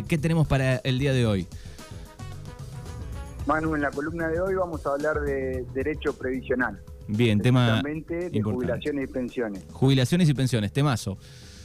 ¿Qué tenemos para el día de hoy? Manu, en la columna de hoy vamos a hablar de derecho previsional. Bien, tema de importante. Jubilaciones y pensiones. Jubilaciones y pensiones, temazo.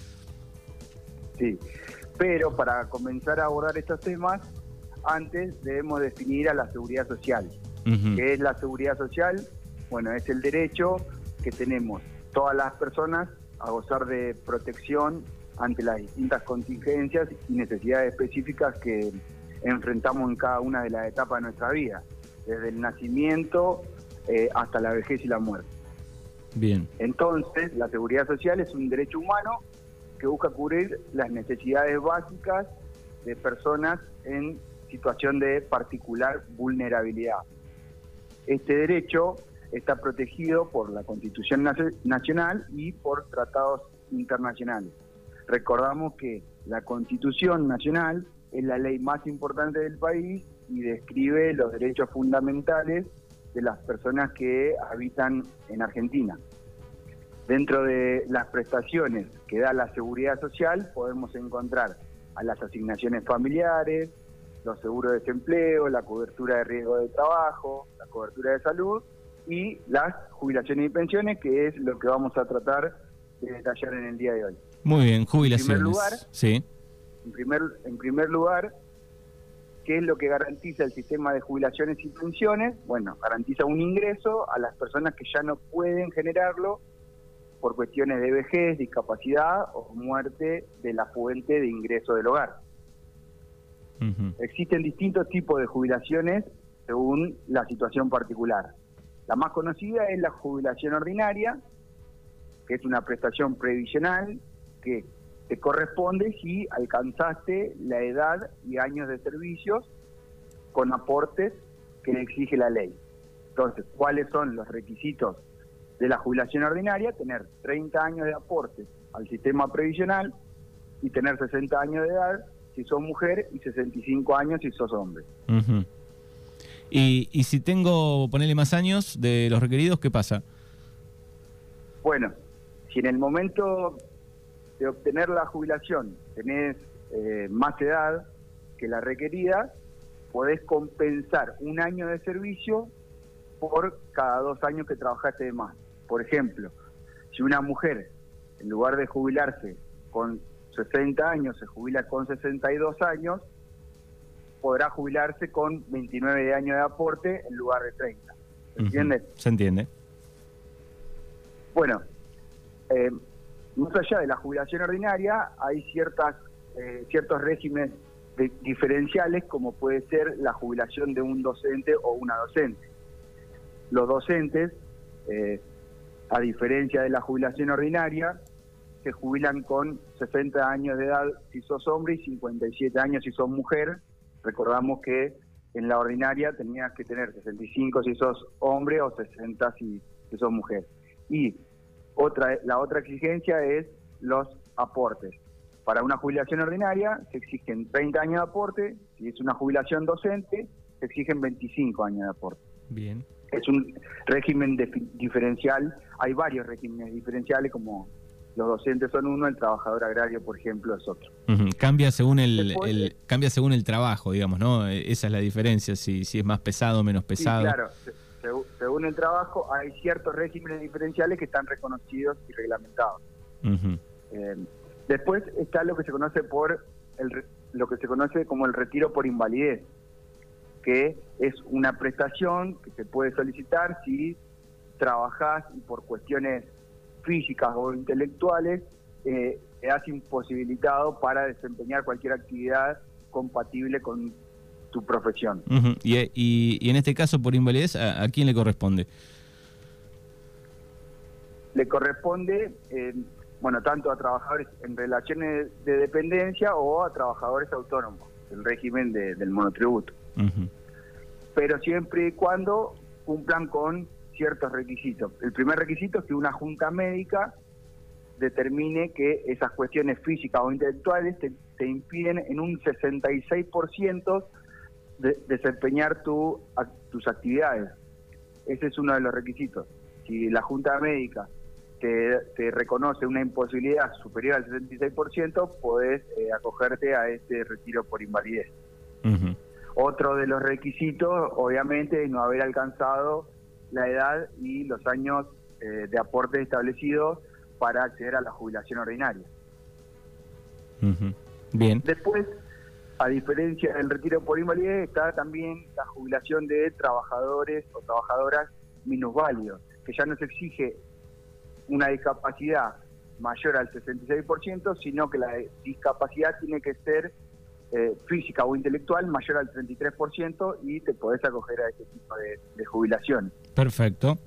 Sí, pero para comenzar a abordar estos temas, antes debemos definir a la seguridad social. ¿Qué es la seguridad social? Bueno, es el derecho que tenemos todas las personas a gozar de protección ante las distintas contingencias y necesidades específicas que enfrentamos en cada una de las etapas de nuestra vida, desde el nacimiento hasta la vejez y la muerte. Bien. Entonces, la seguridad social es un derecho humano que busca cubrir las necesidades básicas de personas en situación de particular vulnerabilidad. Este derecho está protegido por la Constitución Nacional y por tratados internacionales. Recordamos que la Constitución Nacional es la ley más importante del país y describe los derechos fundamentales de las personas que habitan en Argentina. Dentro de las prestaciones que da la seguridad social podemos encontrar a las asignaciones familiares, los seguros de desempleo, la cobertura de riesgo de trabajo, la cobertura de salud y las jubilaciones y pensiones, que es lo que vamos a tratar de detallar en el día de hoy. Muy bien, jubilaciones. En primer lugar, sí. En primer lugar, ¿qué es lo que garantiza el sistema de jubilaciones y pensiones? Bueno, garantiza un ingreso a las personas que ya no pueden generarlo por cuestiones de vejez, discapacidad o muerte de la fuente de ingreso del hogar. Existen distintos tipos de jubilaciones según la situación particular. La más conocida es la jubilación ordinaria, que es una prestación previsional que te corresponde si alcanzaste la edad y años de servicios con aportes que exige la ley. Entonces, ¿cuáles son los requisitos de la jubilación ordinaria? Tener 30 años de aportes al sistema previsional y tener 60 años de edad si sos mujer y 65 años si sos hombre. Y si tengo, ponerle más años de los requeridos, ¿qué pasa? Bueno, si en el momento de obtener la jubilación tenés más edad que la requerida, podés compensar un año de servicio por cada 2 años que trabajaste de más. Por ejemplo, si una mujer, en lugar de jubilarse con 60 años, se jubila con 62 años, podrá jubilarse con 29 años de aporte en lugar de 30. ¿Se entiende? Se entiende. Bueno, más allá de la jubilación ordinaria, hay ciertos regímenes diferenciales, como puede ser la jubilación de un docente o una docente. Los docentes, a diferencia de la jubilación ordinaria, se jubilan con 60 años de edad si sos hombre y 57 años si sos mujer. Recordamos que en la ordinaria tenías que tener 65 si sos hombre o 60 si sos mujer. Y la otra exigencia es los aportes. Para una jubilación ordinaria se exigen 30 años de aporte, si es una jubilación docente se exigen 25 años de aporte. Bien. Es un régimen diferencial, hay varios regímenes diferenciales, como los docentes son uno, el trabajador agrario, por ejemplo, es otro. Cambia según cambia según el trabajo, digamos, ¿no? Esa es la diferencia, si es más pesado o menos pesado. Sí, claro. Según el trabajo hay ciertos regímenes diferenciales que están reconocidos y reglamentados. Después está lo que se conoce como el retiro por invalidez, que es una prestación que se puede solicitar si trabajás y por cuestiones físicas o intelectuales te has imposibilitado para desempeñar cualquier actividad compatible con tu profesión. Y en este caso, por invalidez, ¿a quién le corresponde? Le corresponde, tanto a trabajadores en relaciones de dependencia o a trabajadores autónomos, el régimen del monotributo. Pero siempre y cuando cumplan con ciertos requisitos. El primer requisito es que una junta médica determine que esas cuestiones físicas o intelectuales te impiden en un 66% desempeñar tus actividades. Ese es uno de los requisitos. Si la junta médica te reconoce una imposibilidad superior al 66%, podés acogerte a este retiro por invalidez. Uh-huh. Otro de los requisitos, obviamente, es no haber alcanzado la edad y los años de aporte establecidos para acceder a la jubilación ordinaria. Uh-huh. Bien. Después, a diferencia del retiro por invalidez, está también la jubilación de trabajadores o trabajadoras minusválidos, que ya no se exige una discapacidad mayor al 66%, sino que la discapacidad tiene que ser física o intelectual mayor al 33% y te podés acoger a este tipo de jubilación. Perfecto.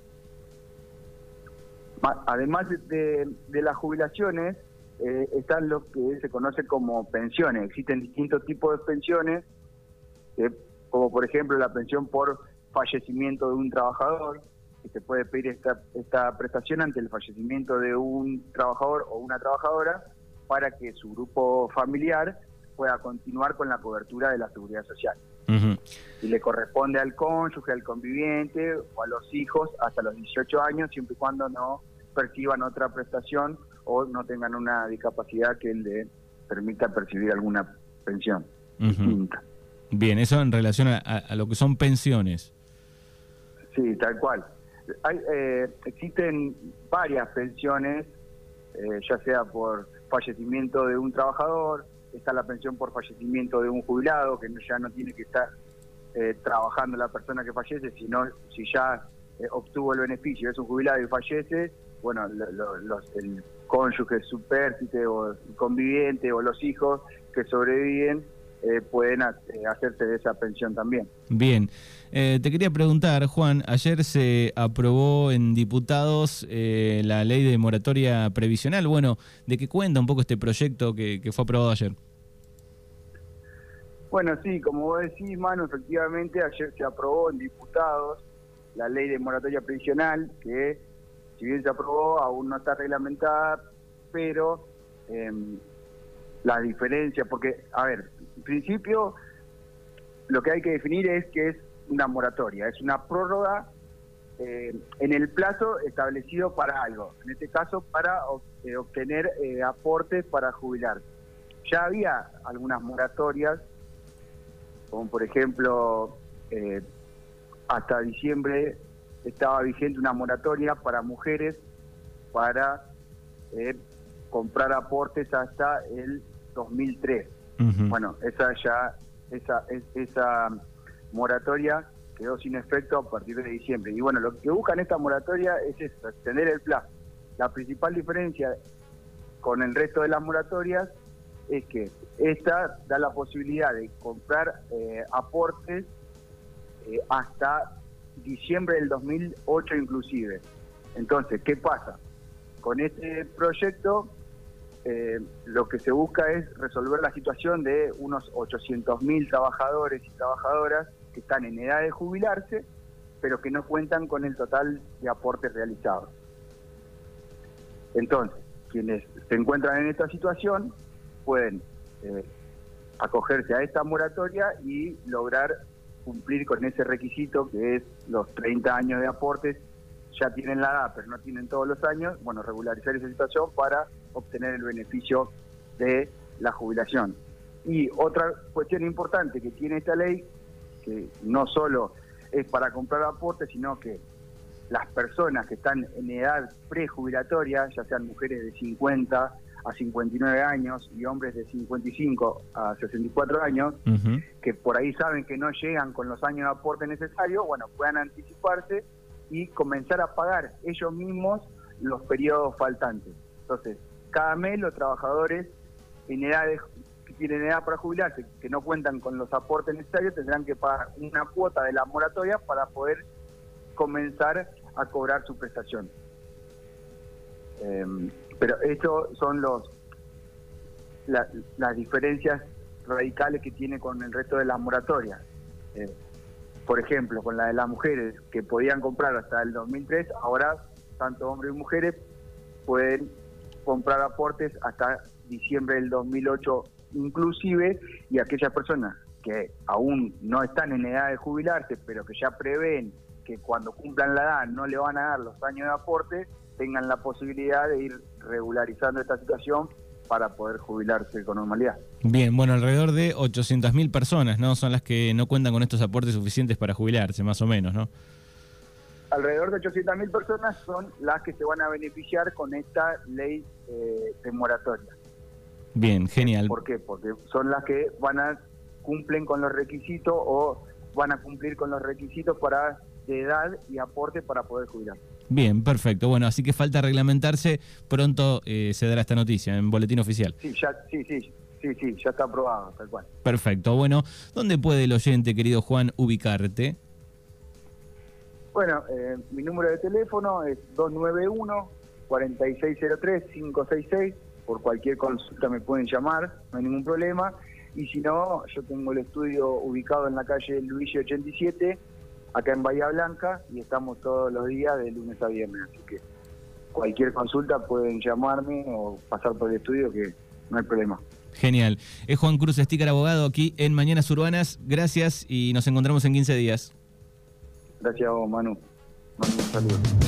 Además de las jubilaciones, están lo que se conoce como pensiones. Existen distintos tipos de pensiones, como por ejemplo la pensión por fallecimiento de un trabajador, que se puede pedir esta prestación ante el fallecimiento de un trabajador o una trabajadora para que su grupo familiar pueda continuar con la cobertura de la seguridad social. Uh-huh. Y le corresponde al cónyuge, al conviviente o a los hijos hasta los 18 años, siempre y cuando no perciban otra prestación o no tengan una discapacidad que le permita percibir alguna pensión distinta. Bien, eso en relación a lo que son pensiones. Sí, tal cual. Existen varias pensiones, ya sea por fallecimiento de un trabajador, está la pensión por fallecimiento de un jubilado, que ya no tiene que estar trabajando la persona que fallece, sino si ya obtuvo el beneficio, es un jubilado y fallece, bueno, el cónyuge supérstite o el conviviente o los hijos que sobreviven pueden hacerse de esa pensión también. Bien, te quería preguntar, Juan, ayer se aprobó en diputados la ley de moratoria previsional. Bueno, ¿de qué cuenta un poco este proyecto que fue aprobado ayer? Bueno, sí, como vos decís, Manu, efectivamente ayer se aprobó en diputados la ley de moratoria previsional, que si bien se aprobó, aún no está reglamentada, pero las diferencias, porque, a ver, en principio lo que hay que definir es que es una moratoria, es una prórroga en el plazo establecido para algo, en este caso para obtener aportes para jubilar. Ya había algunas moratorias, como por ejemplo, hasta diciembre estaba vigente una moratoria para mujeres para comprar aportes hasta el 2003. Uh-huh. Bueno, esa moratoria quedó sin efecto a partir de diciembre. Y bueno, lo que buscan esta moratoria es eso, extender el plazo. La principal diferencia con el resto de las moratorias es que esta da la posibilidad de comprar aportes hasta diciembre del 2008 inclusive. Entonces, ¿qué pasa? Con este proyecto lo que se busca es resolver la situación de unos 800.000 trabajadores y trabajadoras que están en edad de jubilarse, pero que no cuentan con el total de aportes realizados. Entonces, quienes se encuentran en esta situación pueden acogerse a esta moratoria y lograr cumplir con ese requisito que es los 30 años de aportes. Ya tienen la edad, pero no tienen todos los años, bueno, regularizar esa situación para obtener el beneficio de la jubilación. Y otra cuestión importante que tiene esta ley, que no solo es para comprar aportes, sino que las personas que están en edad prejubilatoria, ya sean mujeres de 50 a 59 años y hombres de 55 a 64 años, uh-huh, que por ahí saben que no llegan con los años de aporte necesarios, bueno, puedan anticiparse y comenzar a pagar ellos mismos los periodos faltantes. Entonces, cada mes los trabajadores en edades que tienen edad para jubilarse, que no cuentan con los aportes necesarios, tendrán que pagar una cuota de la moratoria para poder comenzar a cobrar su prestación. Pero estos son las diferencias radicales que tiene con el resto de las moratorias. Por ejemplo, con la de las mujeres, que podían comprar hasta el 2003, ahora tanto hombres y mujeres pueden comprar aportes hasta diciembre del 2008 inclusive, y aquellas personas que aún no están en edad de jubilarse, pero que ya prevén que cuando cumplan la edad no le van a dar los años de aporte, tengan la posibilidad de ir regularizando esta situación para poder jubilarse con normalidad. Bien, bueno, alrededor de 800.000 personas, ¿no? Son las que no cuentan con estos aportes suficientes para jubilarse, más o menos, ¿no? Alrededor de 800.000 personas son las que se van a beneficiar con esta ley de moratoria. Bien, genial. ¿Por qué? Porque son las que cumplen con los requisitos o van a cumplir con los requisitos de edad y aporte para poder jubilar. Bien, perfecto. Bueno, así que falta reglamentarse. Pronto se dará esta noticia en boletín oficial. Sí, ya está aprobado, tal cual. Perfecto. Bueno, ¿dónde puede el oyente, querido Juan, ubicarte? Bueno, mi número de teléfono es 291-4603-566. Por cualquier consulta me pueden llamar, no hay ningún problema. Y si no, yo tengo el estudio ubicado en la calle Luigi 87, acá en Bahía Blanca, y estamos todos los días de lunes a viernes. Así que cualquier consulta pueden llamarme o pasar por el estudio, que no hay problema. Genial. Es Juan Cruz Estícar, abogado, aquí en Mañanas Urbanas. Gracias y nos encontramos en 15 días. Gracias a vos, Manu. Un saludo.